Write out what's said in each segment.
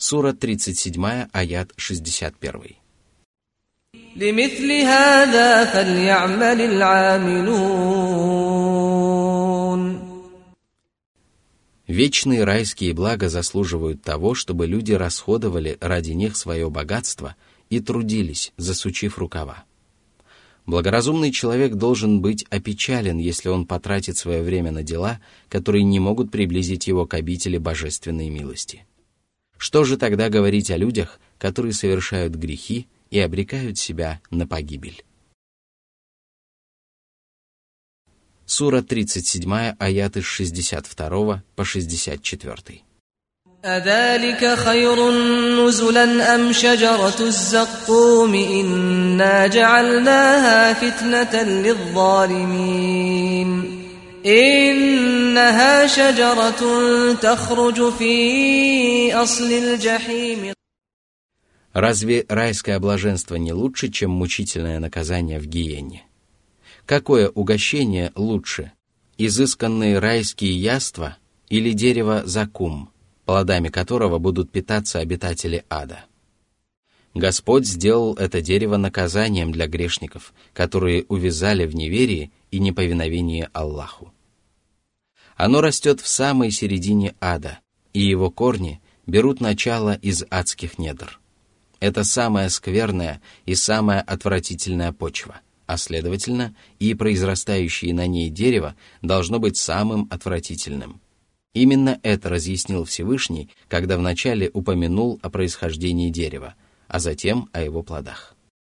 Сура 37, аят 61. لِمِثْلِ هَذَا فَلْيَعْمَلِ الْعَامِلُونَ. Вечные райские блага заслуживают того, чтобы люди расходовали ради них свое богатство и трудились, засучив рукава. Благоразумный человек должен быть опечален, если он потратит свое время на дела, которые не могут приблизить его к обители божественной милости. Что же тогда говорить о людях, которые совершают грехи и обрекают себя на погибель? Сура 37, аяты с 62 по 64. أَذَلِكَ خَيْرٌ نُزُلًا أَمْ شَجَرَةُ الزَّقُّومِ إِنَّا جَعَلْنَاهَا فِتْنَةً لِلظَّالِمِينَ إِنَّهَا شَجَرَةٌ تَخْرُجُ فِي أَصْلِ الْجَحِيمِ. Разве райское блаженство не лучше, чем мучительное наказание в гиенне? Какое угощение лучше, изысканные райские яства или дерево закум, плодами которого будут питаться обитатели ада? Господь сделал это дерево наказанием для грешников, которые увязали в неверии и неповиновении Аллаху. Оно растет в самой середине ада, и его корни берут начало из адских недр. Это самая скверная и самая отвратительная почва, а следовательно, и произрастающее на ней дерево должно быть самым отвратительным. Именно это разъяснил Всевышний, когда вначале упомянул о происхождении дерева, а затем о его плодах.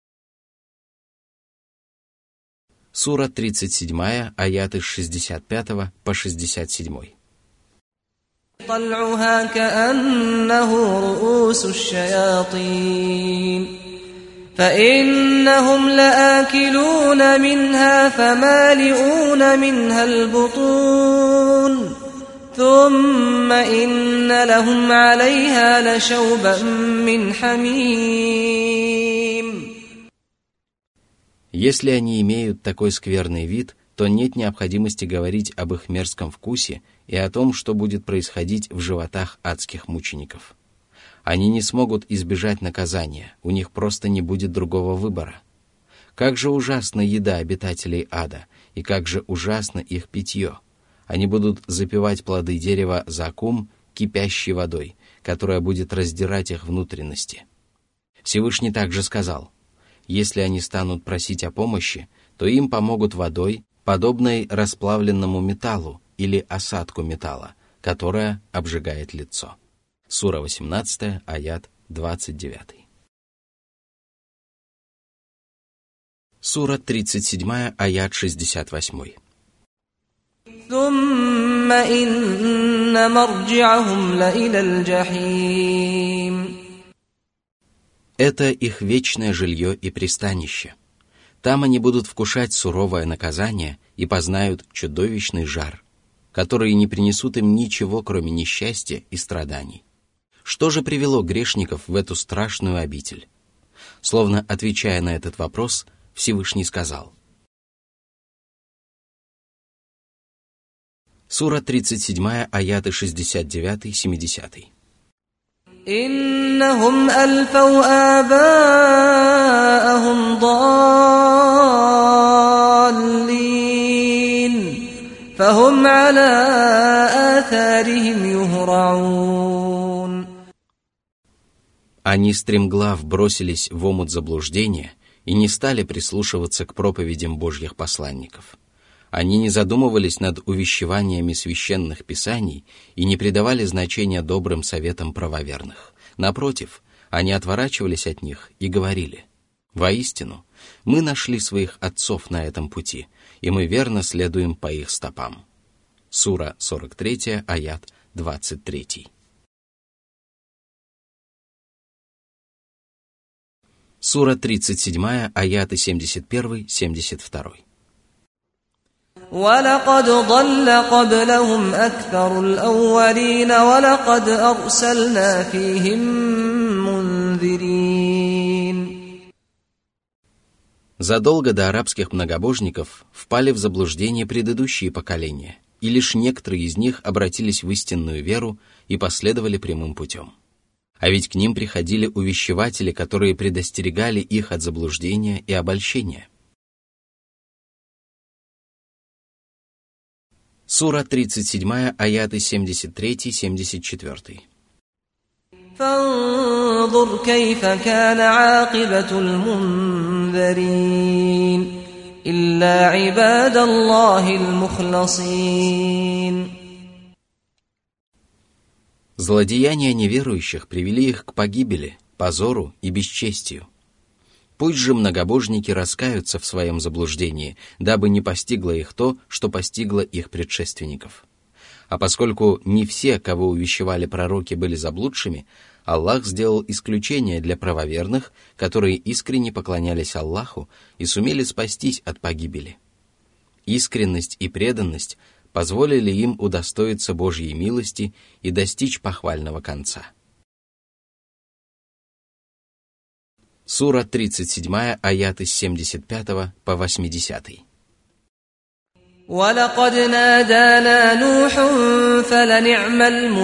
Сура 37, аяты с 65 по 67. طَلْعُهَا كَأَنَّهُ رُءُوسُ الشَّيَاطِينِ فَإِنَّهُمْ لَآكِلُونَ مِنْهَا فَمَالِئُونَ مِنْهَا الْبُطُونَ ثُمَّ إِنَّ لَهُمْ عَلَيْهَا لَشَوْبًا مِّنْ حَمِيمٍ. Если они имеют такой скверный вид, то нет необходимости говорить об их мерзком вкусе и о том, что будет происходить в животах адских мучеников. Они не смогут избежать наказания, у них просто не будет другого выбора. Как же ужасна еда обитателей ада, и как же ужасно их питье. Они будут запивать плоды дерева закум кипящей водой, которая будет раздирать их внутренности. Всевышний также сказал: если они станут просить о помощи, то им помогут водой, подобной расплавленному металлу или осадку металла, которая обжигает лицо. Сура 18, аят 29. Сура 37, аят 68. ثُمَّ إِنَّ مَرْجِعَهُمْ لَإِلَى الْجَحِيمِ. Это их вечное жилье и пристанище. Там они будут вкушать суровое наказание и познают чудовищный жар, которые не принесут им ничего, кроме несчастья и страданий. Что же привело грешников в эту страшную обитель? Словно отвечая на этот вопрос, Всевышний сказал. Сура 37, аяты 69-70. إِنَّهُمْ أَلْفَوْا آبَاءَهُمْ ضَالِّينَ فَهُمْ عَلَى آثَارِهِمْ يُهْرَعُونَ. Они стремглав бросились в омут заблуждения и не стали прислушиваться к проповедям Божьих посланников. Они не задумывались над увещеваниями священных писаний и не придавали значения добрым советам правоверных. Напротив, они отворачивались от них и говорили: «Воистину, мы нашли своих отцов на этом пути, и мы верно следуем по их стопам». Сура 43, аят 23. Сура 37, аяты 71-72. وَلَقَدْ ضَلَّ قَبْلَهُمْ أَكْثَرُ الْأَوَّلِينَ وَلَقَدْ أَرْسَلْنَا فِيهِمْ مُنذِرِينَ. Задолго до арабских многобожников впали в заблуждение предыдущие поколения, и лишь некоторые из них обратились в истинную веру и последовали прямым путем. А ведь к ним приходили увещеватели, которые предостерегали их от заблуждения и обольщения. Сура 37, аяты 73-74. فانظر كيف كان عاقبة المنذرين إلا عباد الله المخلصين. Злодеяния неверующих привели их к погибели, позору и бесчестию. Пусть же многобожники раскаются в своем заблуждении, дабы не постигло их то, что постигло их предшественников. А поскольку не все, кого увещевали пророки, были заблудшими, Аллах сделал исключение для правоверных, которые искренне поклонялись Аллаху и сумели спастись от погибели. Искренность и преданность позволили им удостоиться Божьей милости и достичь похвального конца. Сура 37, аяты с 75 по 80. ولقد نادانا نوح فلنعم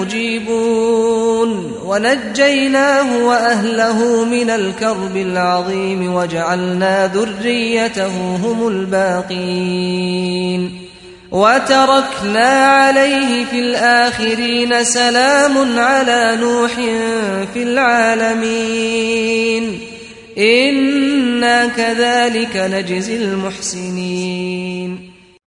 المجيبون ونجيناه وأهله من الكرب العظيم وجعلنا ذريته هم الباقين وتركنا عليه في الآخرين سلام على نوح في العالمين إنا كذلك نجزي المحسنين.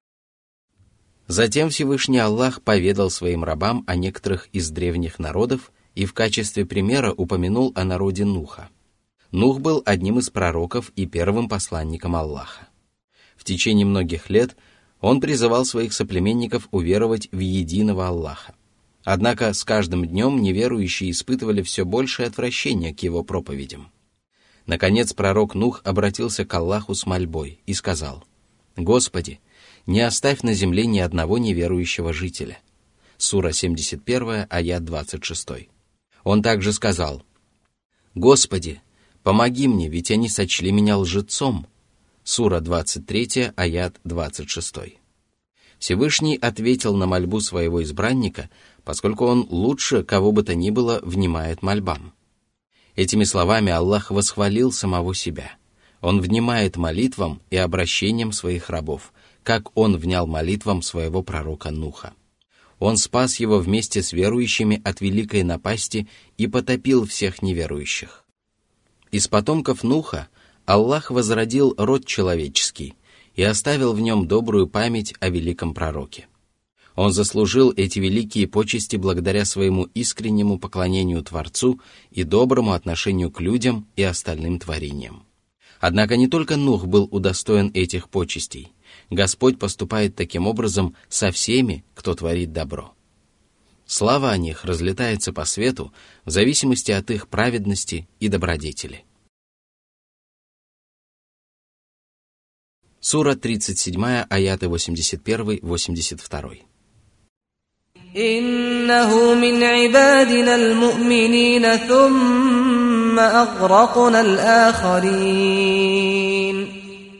Затем Всевышний Аллах поведал своим рабам о некоторых из древних народов и в качестве примера упомянул о народе Нуха. Нух был одним из пророков и первым посланником Аллаха. В течение многих лет он призывал своих соплеменников уверовать в единого Аллаха. Однако с каждым днем неверующие испытывали все большее отвращение к его проповедям. Наконец пророк Нух обратился к Аллаху с мольбой и сказал: «Господи, не оставь на земле ни одного неверующего жителя». Сура 71, аят 26. Он также сказал: «Господи, помоги мне, ведь они сочли меня лжецом». Сура 23, аят 26. Всевышний ответил на мольбу своего избранника, поскольку он лучше кого бы то ни было внимает мольбам. Этими словами Аллах восхвалил самого себя. Он внимает молитвам и обращениям своих рабов, как он внял молитвам своего пророка Нуха. Он спас его вместе с верующими от великой напасти и потопил всех неверующих. Из потомков Нуха Аллах возродил род человеческий и оставил в нем добрую память о великом пророке. Он заслужил эти великие почести благодаря своему искреннему поклонению Творцу и доброму отношению к людям и остальным творениям. Однако не только Нух был удостоен этих почестей. Господь поступает таким образом со всеми, кто творит добро. Слава о них разлетается по свету в зависимости от их праведности и добродетели. Сура 37, аяты 81-82. إنه من عبادنا المؤمنين ثم أغرقنا الآخرين.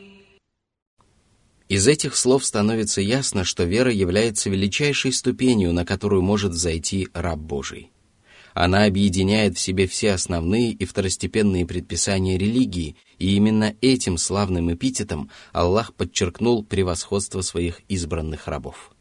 Из этих слов становится ясно, что вера является величайшей ступенью, на которую может взойти раб Божий. Она объединяет в себе все основные и второстепенные предписания религии, и именно этим славным эпитетом Аллах подчеркнул превосходство своих избранных рабов.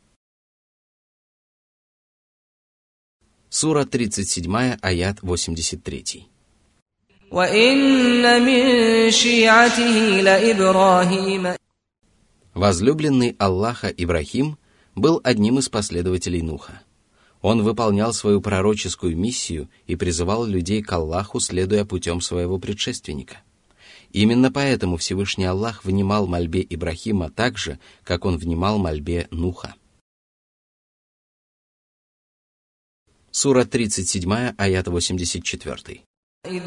Сура 37, аят 83. وَإِنَّ مِن شِيعَتِهِ لَإِبْرَاهِيمَ. Возлюбленный Аллаха Ибрахим был одним из последователей Нуха. Он выполнял свою пророческую миссию и призывал людей к Аллаху, следуя путем своего предшественника. Именно поэтому Всевышний Аллах внимал мольбе Ибрахима так же, как он внимал мольбе Нуха. Сура 37, аят 84. إِذْ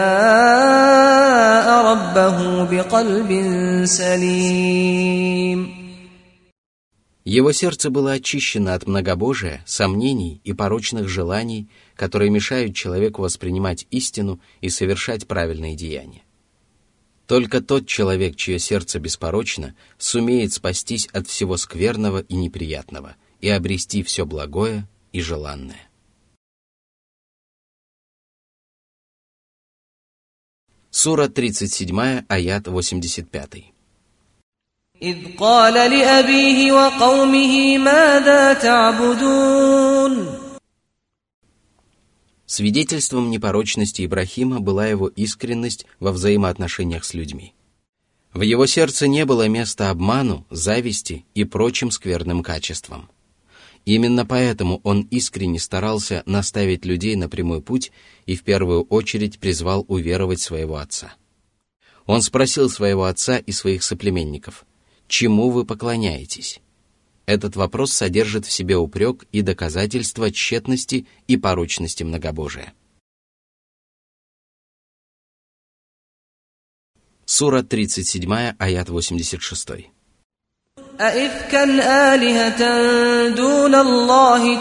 جَاءَ رَبَّهُ بِقَلْبٍ سَلِيمٍ. Его сердце было очищено от многобожия, сомнений и порочных желаний, которые мешают человеку воспринимать истину и совершать правильные деяния. Только тот человек, чье сердце беспорочно, сумеет спастись от всего скверного и неприятного и обрести все благое и желанное. Сура 37, аят 85. إذ قال لأبيه وقومه ماذا تعبدون. Свидетельством непорочности Ибрахима была его искренность во взаимоотношениях с людьми. В его сердце не было места обману, зависти и прочим скверным качествам. Именно поэтому он искренне старался наставить людей на прямой путь и в первую очередь призвал уверовать своего отца. Он спросил своего отца и своих соплеменников: «Чему вы поклоняетесь?» Этот вопрос содержит в себе упрек и доказательство тщетности и порочности многобожия. Сура 37, аят 86. أَإِفْكًا آلِهَةً دُونَ اللَّهِ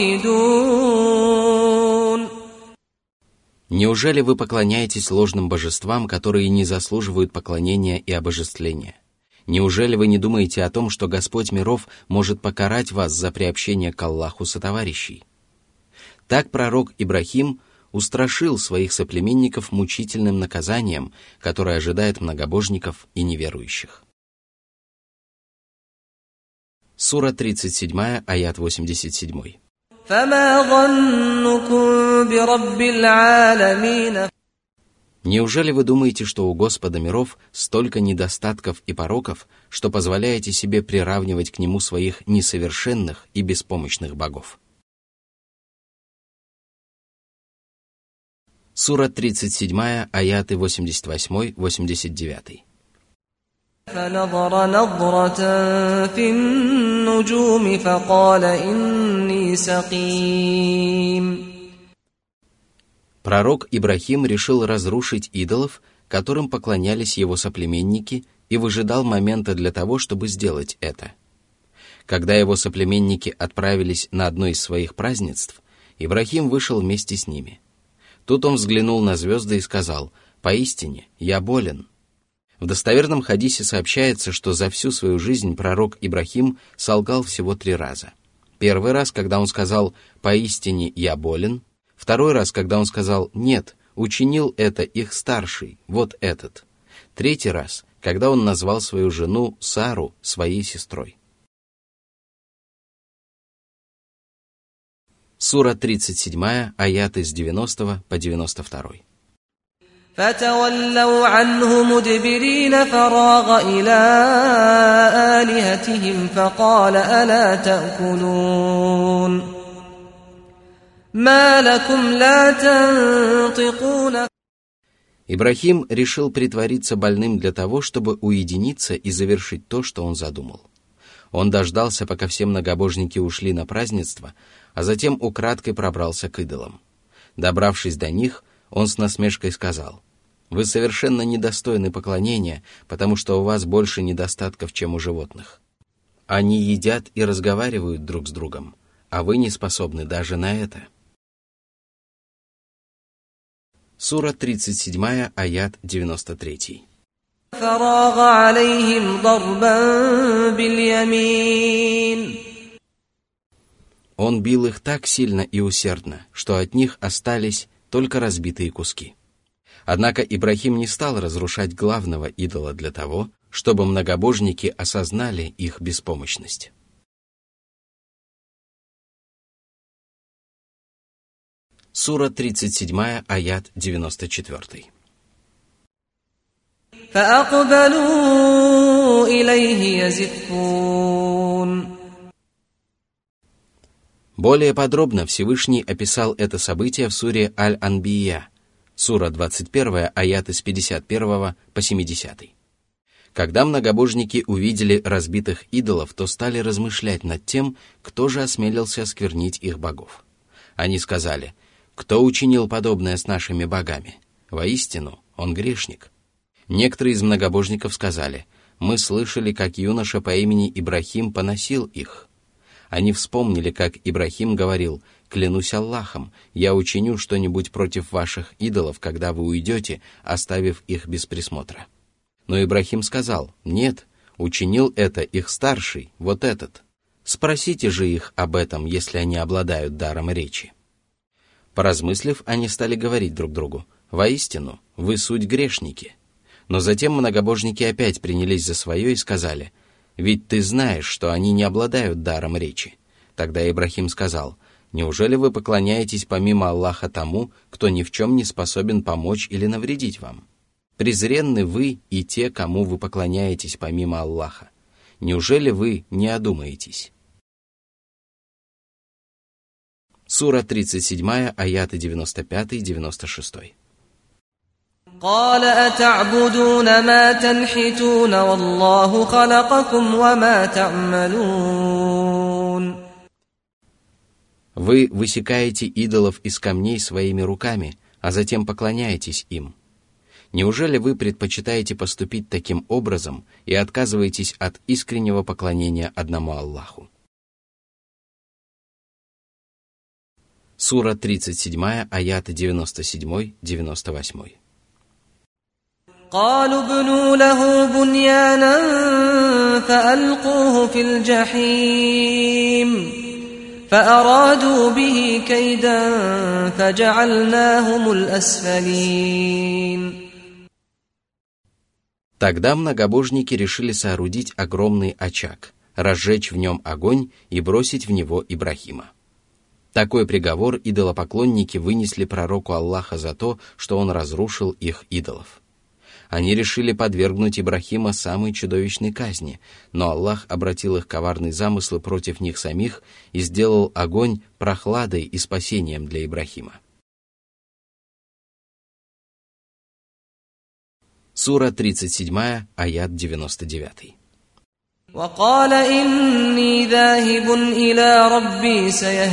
تُرِيدُونَ. Неужели вы поклоняетесь ложным божествам, которые не заслуживают поклонения и обожествления? Неужели вы не думаете о том, что Господь миров может покарать вас за приобщение к Аллаху сотоварищей? Так пророк Ибрахим устрашил своих соплеменников мучительным наказанием, которое ожидает многобожников и неверующих. Сура 37, аят 87. فَمَا ظَنُّكُمْ بِرَبِّ الْعَالَمِينَ. Неужели вы думаете, что у Господа миров столько недостатков и пороков, что позволяете себе приравнивать к Нему своих несовершенных и беспомощных богов? Сура 37, аяты 88-89. فنظر نظرة في النجوم فقال إني سقيم. Пророк Ибрахим решил разрушить идолов, которым поклонялись его соплеменники, и выжидал момента для того, чтобы сделать это. Когда его соплеменники отправились на одно из своих празднеств, Ибрахим вышел вместе с ними. Тут он взглянул на звезды и сказал: «Поистине, я болен». В достоверном хадисе сообщается, что за всю свою жизнь пророк Ибрахим солгал всего 3 раза. Первый раз, когда он сказал «поистине я болен», второй раз, когда он сказал «нет, учинил это их старший, вот этот», третий раз, когда он назвал свою жену Сару своей сестрой. Сура 37, аяты с 90 по 92. فتولوا عنه مدبرين فراغ إلى آلهتهم فقال ألا تأكلون ما لكم لا تنطقون. Ибрахим решил притвориться больным для того, чтобы уединиться и завершить то, что он задумал. Он дождался, пока все многобожники ушли на празднество, а затем украдкой пробрался к идолам. Добравшись до них, он с насмешкой сказал: «Вы совершенно недостойны поклонения, потому что у вас больше недостатков, чем у животных. Они едят и разговаривают друг с другом, а вы не способны даже на это». Сура 37, аят 93. فراغ عليهم ضربا باليمين. Он бил их так сильно и усердно, что от них остались только разбитые куски. Однако Ибрахим не стал разрушать главного идола для того, чтобы многобожники осознали их беспомощность. Сура 37, аят 94. فأقبلوا إليه يزفون. Более подробно Всевышний описал это событие в суре Аль-Анбия, сура 21, аяты с 51 по 70. Когда многобожники увидели разбитых идолов, то стали размышлять над тем, кто же осмелился осквернить их богов. Они сказали: «Кто учинил подобное с нашими богами? Воистину, он грешник». Некоторые из многобожников сказали: «Мы слышали, как юноша по имени Ибрахим поносил их». Они вспомнили, как Ибрахим говорил: «Клянусь Аллахом, я учиню что-нибудь против ваших идолов, когда вы уйдете, оставив их без присмотра». Но Ибрахим сказал: «Нет, учинил это их старший, вот этот. Спросите же их об этом, если они обладают даром речи». Поразмыслив, они стали говорить друг другу: воистину, вы суть грешники». Но затем многобожники опять принялись за свое и сказали: «Ведь ты знаешь, что они не обладают даром речи». Тогда Ибрахим сказал: «Неужели вы поклоняетесь помимо Аллаха тому, кто ни в чем не способен помочь или навредить вам? Презренны вы и те, кому вы поклоняетесь помимо Аллаха. Неужели вы не одумаетесь?» Сура 37, аяты 95-96. قال أتعبدون ما تنحتون والله خلقكم وما تعملون. Вы высекаете идолов из камней своими руками, а затем поклоняетесь им. Неужели вы предпочитаете поступить таким образом и отказываетесь от искреннего поклонения одному Аллаху? Сура 37, аяты 97-98. قالوا ابنوا له بنيانا فألقوه في الجحيم فأرادوا به كيدا فجعلناهم الأسفلين. Тогда многобожники решили соорудить огромный очаг, разжечь в нем огонь и бросить в него Ибрахима. Такой приговор идолопоклонники вынесли пророку Аллаха за то, что он разрушил их идолов. Они решили подвергнуть Ибрахима самой чудовищной казни, но Аллах обратил их коварные замыслы против них самих и сделал огонь прохладой и спасением для Ибрахима. Сура 37, аят 99. وقال إني ذاهب إلى ربي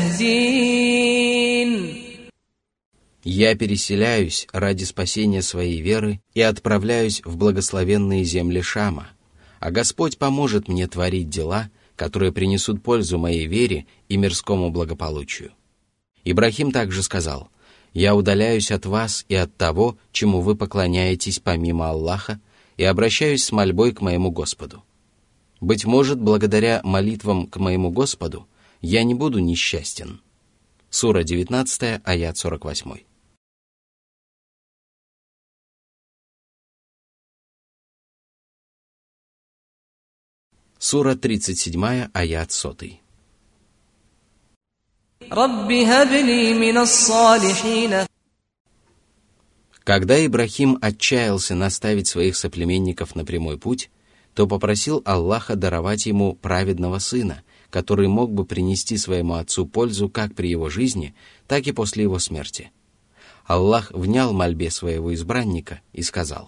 سيهدين. «Я переселяюсь ради спасения своей веры и отправляюсь в благословенные земли Шама, а Господь поможет мне творить дела, которые принесут пользу моей вере и мирскому благополучию». Ибрахим также сказал: «Я удаляюсь от вас и от того, чему вы поклоняетесь помимо Аллаха, и обращаюсь с мольбой к моему Господу. Быть может, благодаря молитвам к моему Господу я не буду несчастен». Сура 19, аят 48. Сура 37, аят 100. رب هب لي من الصالحين. Когда Ибрахим отчаялся наставить своих соплеменников на прямой путь, то попросил Аллаха даровать ему праведного сына, который мог бы принести своему отцу пользу как при его жизни, так и после его смерти. Аллах внял мольбе своего избранника и сказал.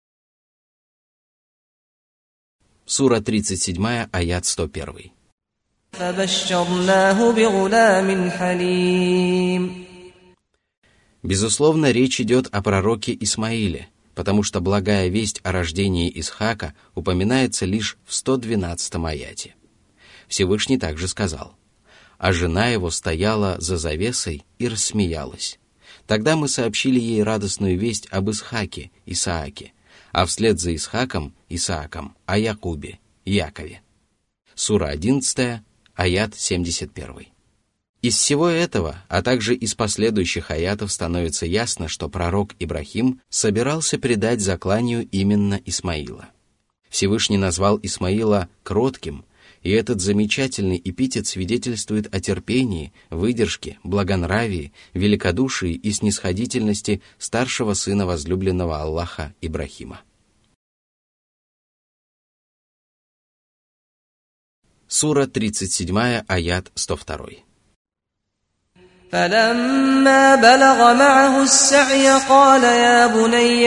Сура 37, аят 101. فبشرناه بغلام حليم. Безусловно, речь идет о пророке Исмаиле, потому что благая весть о рождении Исхака упоминается лишь в 112-м аяте. Всевышний также сказал: «А жена его стояла за завесой и рассмеялась. Тогда мы сообщили ей радостную весть об Исхаке, Исааке, а вслед за Исхаком, Исааком, о Якубе, Якове». Сура 11, аят 71. Из всего этого, а также из последующих аятов становится ясно, что пророк Ибрахим собирался предать закланию именно Исмаила. Всевышний назвал Исмаила кротким, и этот замечательный эпитет свидетельствует о терпении, выдержке, благонравии, великодушии и снисходительности старшего сына возлюбленного Аллаха Ибрахима. Сура 37, аят 102. فلما بلغ معه السعي قال يا بني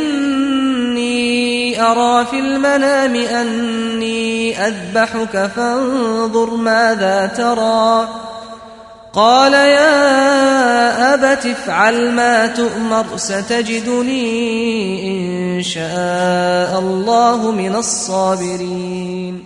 إني أرى في المنام أني أذبحك فانظر ماذا ترى قال يا أبت افعل ما تؤمر ستجدني إن شاء الله من الصابرين.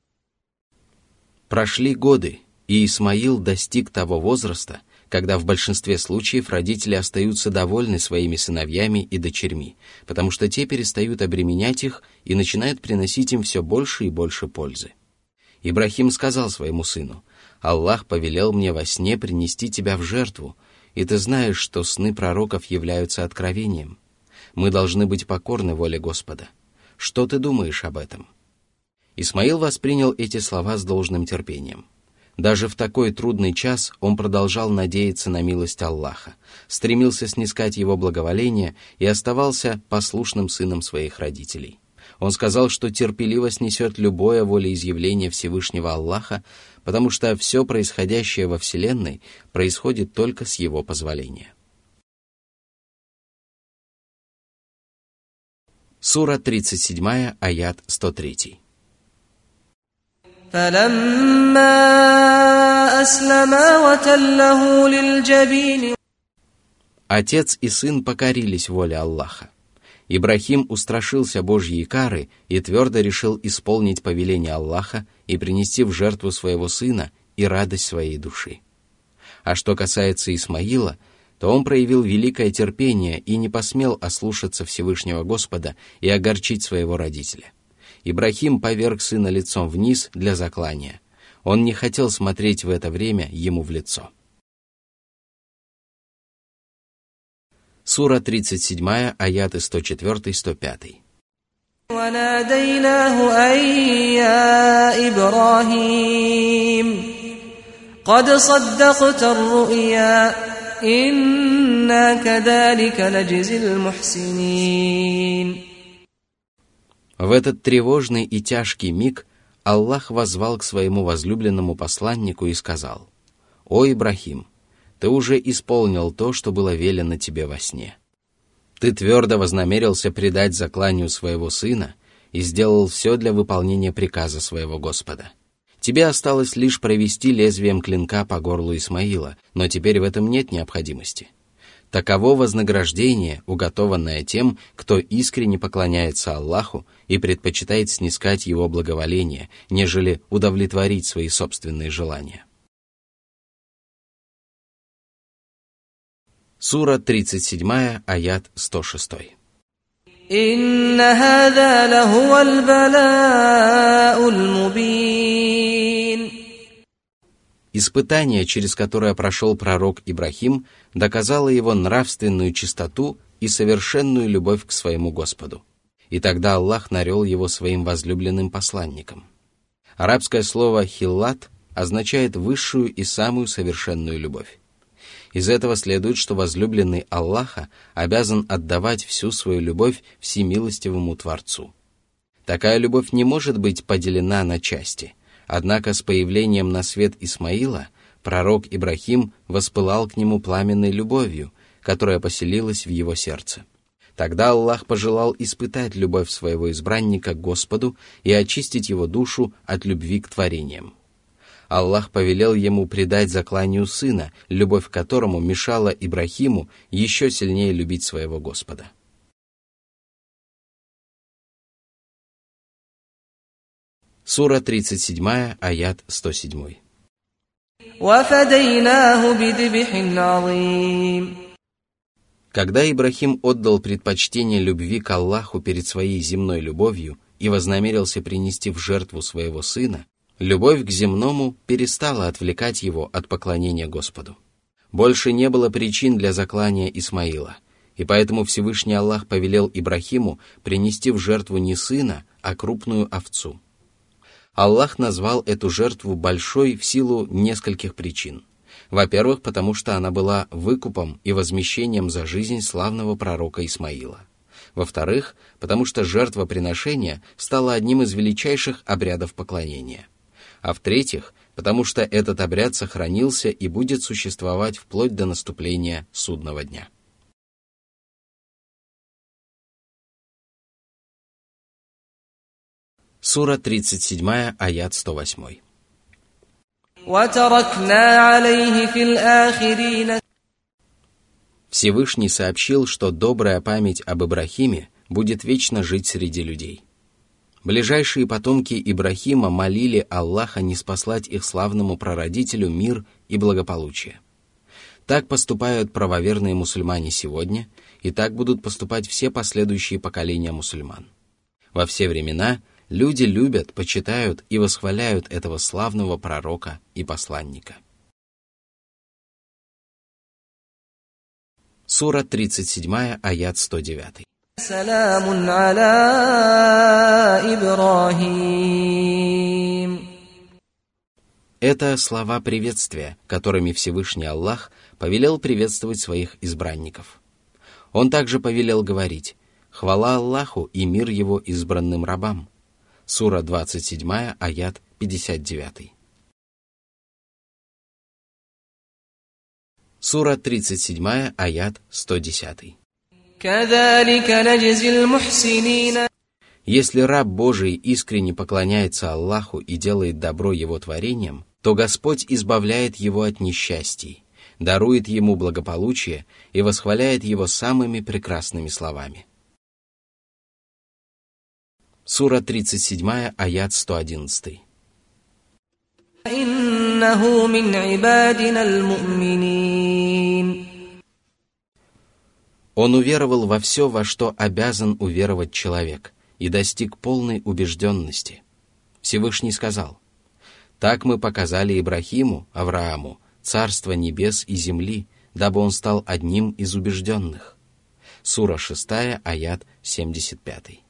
Прошли годы, и Исмаил достиг того возраста, когда в большинстве случаев родители остаются довольны своими сыновьями и дочерьми, потому что те перестают обременять их и начинают приносить им все больше и больше пользы. Ибрахим сказал своему сыну: «Аллах повелел мне во сне принести тебя в жертву, и ты знаешь, что сны пророков являются откровением. Мы должны быть покорны воле Господа. Что ты думаешь об этом?» Исмаил воспринял эти слова с должным терпением. Даже в такой трудный час он продолжал надеяться на милость Аллаха, стремился снискать его благоволение и оставался послушным сыном своих родителей. Он сказал, что терпеливо снесет любое волеизъявление Всевышнего Аллаха, потому что все происходящее во Вселенной происходит только с его позволения. Сура 37, аят 103. Отец и сын покорились воле Аллаха. Ибрахим устрашился Божьей кары и твердо решил исполнить повеление Аллаха и принести в жертву своего сына и радость своей души. А что касается Исмаила, то он проявил великое терпение и не посмел ослушаться Всевышнего Господа и огорчить своего родителя. Ибрахим поверг сына лицом вниз для заклания. Он не хотел смотреть в это время ему в лицо. Сура 37, аяты 104-105. وَنَادَيْنَاهُ أَن يَا إِبْرَاهِيمُ قَدْ صَدَّقْتَ الرُّؤْيَا إِنَّا كَذَلِكَ نَجْزِي الْمُحْسِنِينَ. В этот тревожный и тяжкий миг Аллах воззвал к своему возлюбленному посланнику и сказал: «О Ибрахим, ты уже исполнил то, что было велено тебе во сне. Ты твердо вознамерился предать закланию своего сына и сделал все для выполнения приказа своего Господа. Тебе осталось лишь провести лезвием клинка по горлу Исмаила, но теперь в этом нет необходимости. Таково вознаграждение, уготованное тем, кто искренне поклоняется Аллаху и предпочитает снискать его благоволение, нежели удовлетворить свои собственные желания». Сура 37, аят 106. «Инна хаза лахуал бала'уль мубин». Испытание, через которое прошел пророк Ибрахим, доказало его нравственную чистоту и совершенную любовь к своему Господу. И тогда Аллах нарек его своим возлюбленным посланником. Арабское слово «хиллат» означает высшую и самую совершенную любовь. Из этого следует, что возлюбленный Аллаха обязан отдавать всю свою любовь всемилостивому Творцу. Такая любовь не может быть поделена на части, однако с появлением на свет Исмаила пророк Ибрахим воспылал к нему пламенной любовью, которая поселилась в его сердце. Тогда Аллах пожелал испытать любовь своего избранника к Господу и очистить его душу от любви к творениям. Аллах повелел ему предать закланию сына, любовь к которому мешала Ибрахиму еще сильнее любить своего Господа. Сура 37, аят 107. وَفَدَيْنَاهُ بِذِبْحٍ عَظِيمٍ. Когда Ибрахим отдал предпочтение любви к Аллаху перед своей земной любовью и вознамерился принести в жертву своего сына, любовь к земному перестала отвлекать его от поклонения Господу. Больше не было причин для заклания Исмаила, и поэтому Всевышний Аллах повелел Ибрахиму принести в жертву не сына, а крупную овцу. Аллах назвал эту жертву большой в силу нескольких причин. Во-первых, потому что она была выкупом и возмещением за жизнь славного пророка Исмаила. Во-вторых, потому что жертвоприношение стало одним из величайших обрядов поклонения. А в-третьих, потому что этот обряд сохранился и будет существовать вплоть до наступления судного дня. Сура 37, аят 108. Всевышний сообщил, что добрая память об Ибрахиме будет вечно жить среди людей. Ближайшие потомки Ибрахима молили Аллаха ниспослать их славному прародителю мир и благополучие. Так поступают правоверные мусульмане сегодня, и так будут поступать все последующие поколения мусульман. Во все времена люди любят, почитают и восхваляют этого славного пророка и посланника. Сура 37, аят 109. Саламун аля Ибрахим. Это слова приветствия, которыми Всевышний Аллах повелел приветствовать своих избранников. Он также повелел говорить: «Хвала Аллаху и мир его избранным рабам». Сура 27, аят 59. Сура 37, аят 110. Если раб Божий искренне поклоняется Аллаху и делает добро его творениям, то Господь избавляет его от несчастий, дарует ему благополучие и восхваляет его самыми прекрасными словами. Сура 37, аят 111. «Иннаху мин ибадина аль-му'минин». Он уверовал во все, во что обязан уверовать человек, и достиг полной убежденности. Всевышний сказал: «Так мы показали Ибрахиму, Аврааму, царство небес и земли, дабы он стал одним из убежденных». Сура 6, аят 75.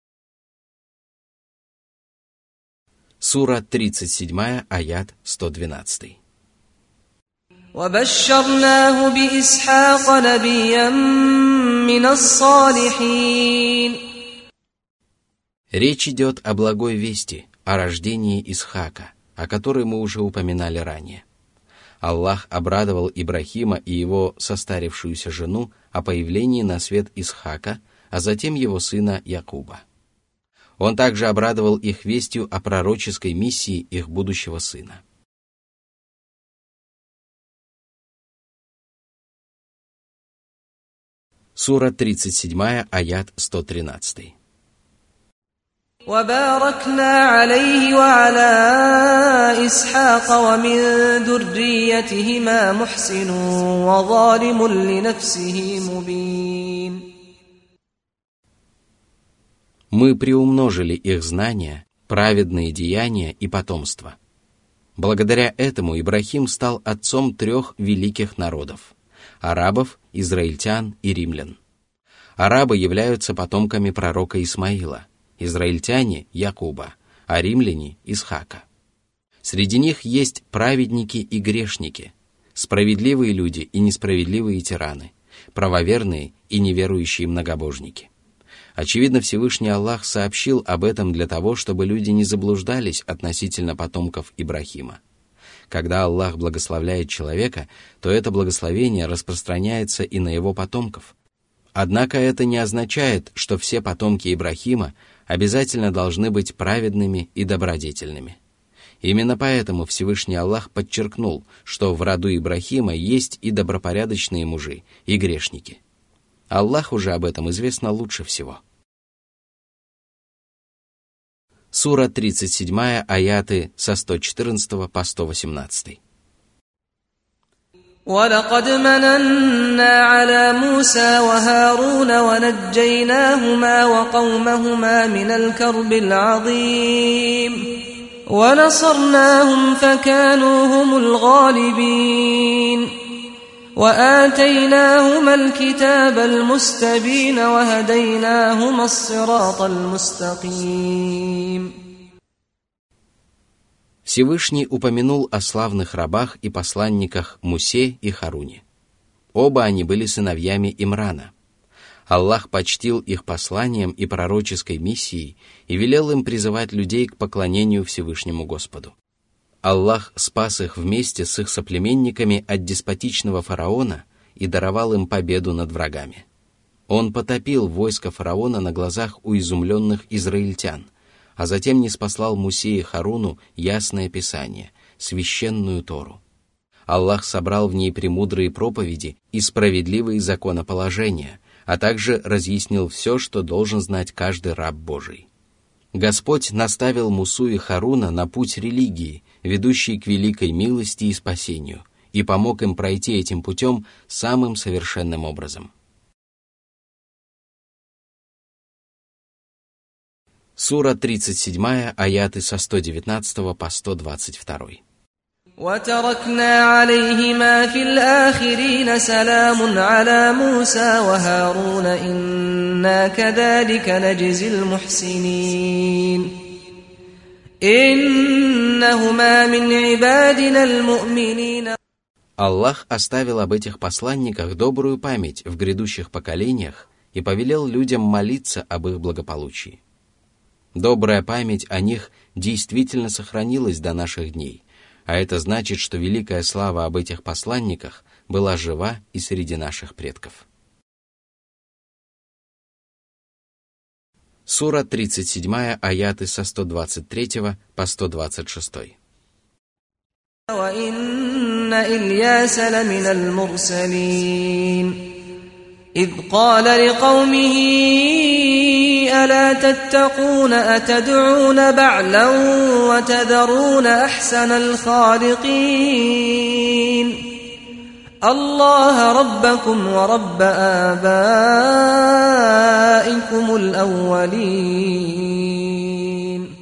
Сура 37, аят 112. وَبَشَّرْنَاهُ بِإِسْحَاقَ نَبِيًّا مِّنَ الصَّالِحِينَ. Речь идет о благой вести, о рождении Исхака, о которой мы уже упоминали ранее. Аллах обрадовал Ибрахима и его состарившуюся жену о появлении на свет Исхака, а затем его сына Якуба. Он также обрадовал их вестью о пророческой миссии их будущего сына. Сура 37, аят 113. وَبَارَكْنَا عَلَيْهِ وَعَلَى إِسْحَاقَ وَمِن ذُرِّيَّتِهِمَا مُحْسِنٌ وَظَالِمٌ لِنَفْسِهِ مُبِينٌ. Мы приумножили их знания, праведные деяния и потомство. Благодаря этому Ибрахим стал отцом 3 великих народов – арабов, израильтян и римлян. Арабы являются потомками пророка Исмаила, израильтяне – Якуба, а римляне – Исхака. Среди них есть праведники и грешники, справедливые люди и несправедливые тираны, правоверные и неверующие многобожники. Очевидно, Всевышний Аллах сообщил об этом для того, чтобы люди не заблуждались относительно потомков Ибрахима. Когда Аллах благословляет человека, то это благословение распространяется и на его потомков. Однако это не означает, что все потомки Ибрахима обязательно должны быть праведными и добродетельными. Именно поэтому Всевышний Аллах подчеркнул, что в роду Ибрахима есть и добропорядочные мужи, и грешники. Аллаху же об этом известно лучше всего. Сура 37, аяты со 114 по 118. وَلَقَدْ مَنَنَّا عَلَى مُوسَى وَهَارُونَ وَنَجَّيْنَاهُمَا وَقَوْمَهُمَا مِنَ الْكَرْبِ الْعَظِيمِ وَنَصَرْنَاهُمْ فَكَانُوا هُمُ الْغَالِبِينَ وَآتَيْنَاهُمَا الْكِتَابَ الْمُسْتَبِينَ وَهَدَيْنَاهُمَا الصِّرَاطَ الْمُسْتَقِيمَ. Всевышний упомянул о славных рабах и посланниках Мусе и Харуне. Оба они были сыновьями Имрана. Аллах почтил их посланием и пророческой миссией и велел им призывать людей к поклонению Всевышнему Господу. Аллах спас их вместе с их соплеменниками от деспотичного фараона и даровал им победу над врагами. Он потопил войско фараона на глазах у изумленных израильтян, а затем ниспослал Мусе и Харуну ясное писание, священную Тору. Аллах собрал в ней премудрые проповеди и справедливые законоположения, а также разъяснил все, что должен знать каждый раб Божий. Господь наставил Мусу и Харуна на путь религии, ведущий к великой милости и спасению, и помог им пройти этим путем самым совершенным образом. Сура 37, аяты со 119 по 122. وتركنا عليهما في الآخرين سلام على موسى وهارون إنا كذلك نجزي المحسنين إنهما من عبادنا المؤمنين. Аллах оставил об этих посланниках добрую память в грядущих поколениях и повелел людям молиться об их благополучии. Добрая память о них действительно сохранилась до наших дней, а это значит, что великая слава об этих посланниках была жива и среди наших предков. Сура 37, аяты со 123 по 126. وَإِنَّ إِلْيَاسَ لَمِنَ الْمُرْسَلِينَ إِذْ قَالَ لِقَوْمِهِ أَلَا تَتَّقُونَ أَتَدْعُونَ بَعْلًا وَتَذَرُونَ أَحْسَنَ الْخَالِقِينَ اللَّهَ رَبَّكُمْ وَرَبَّ آبَائِكُمُ الْأَوَّلِينَ.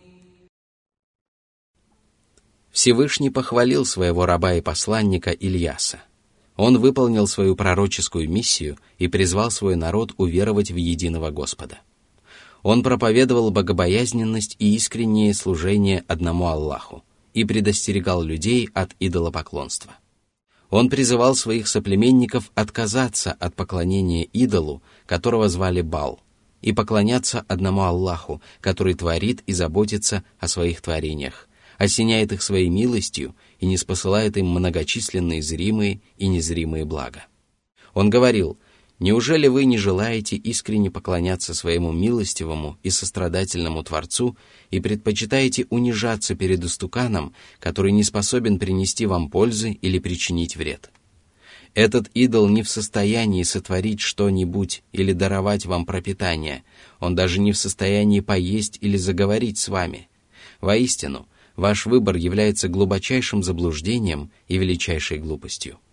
Всевышний похвалил своего раба и посланника Ильяса. Он выполнил свою пророческую миссию и призвал свой народ уверовать в единого Господа. Он проповедовал богобоязненность и искреннее служение одному Аллаху и предостерегал людей от идолопоклонства. Он призывал своих соплеменников отказаться от поклонения идолу, которого звали Бал, и поклоняться одному Аллаху, который творит и заботится о своих творениях, осеняет их своей милостью и ниспосылает им многочисленные зримые и незримые блага. Он говорил: «Неужели вы не желаете искренне поклоняться своему милостивому и сострадательному Творцу и предпочитаете унижаться перед истуканом, который не способен принести вам пользы или причинить вред? Этот идол не в состоянии сотворить что-нибудь или даровать вам пропитание, он даже не в состоянии поесть или заговорить с вами. Воистину, ваш выбор является глубочайшим заблуждением и величайшей глупостью».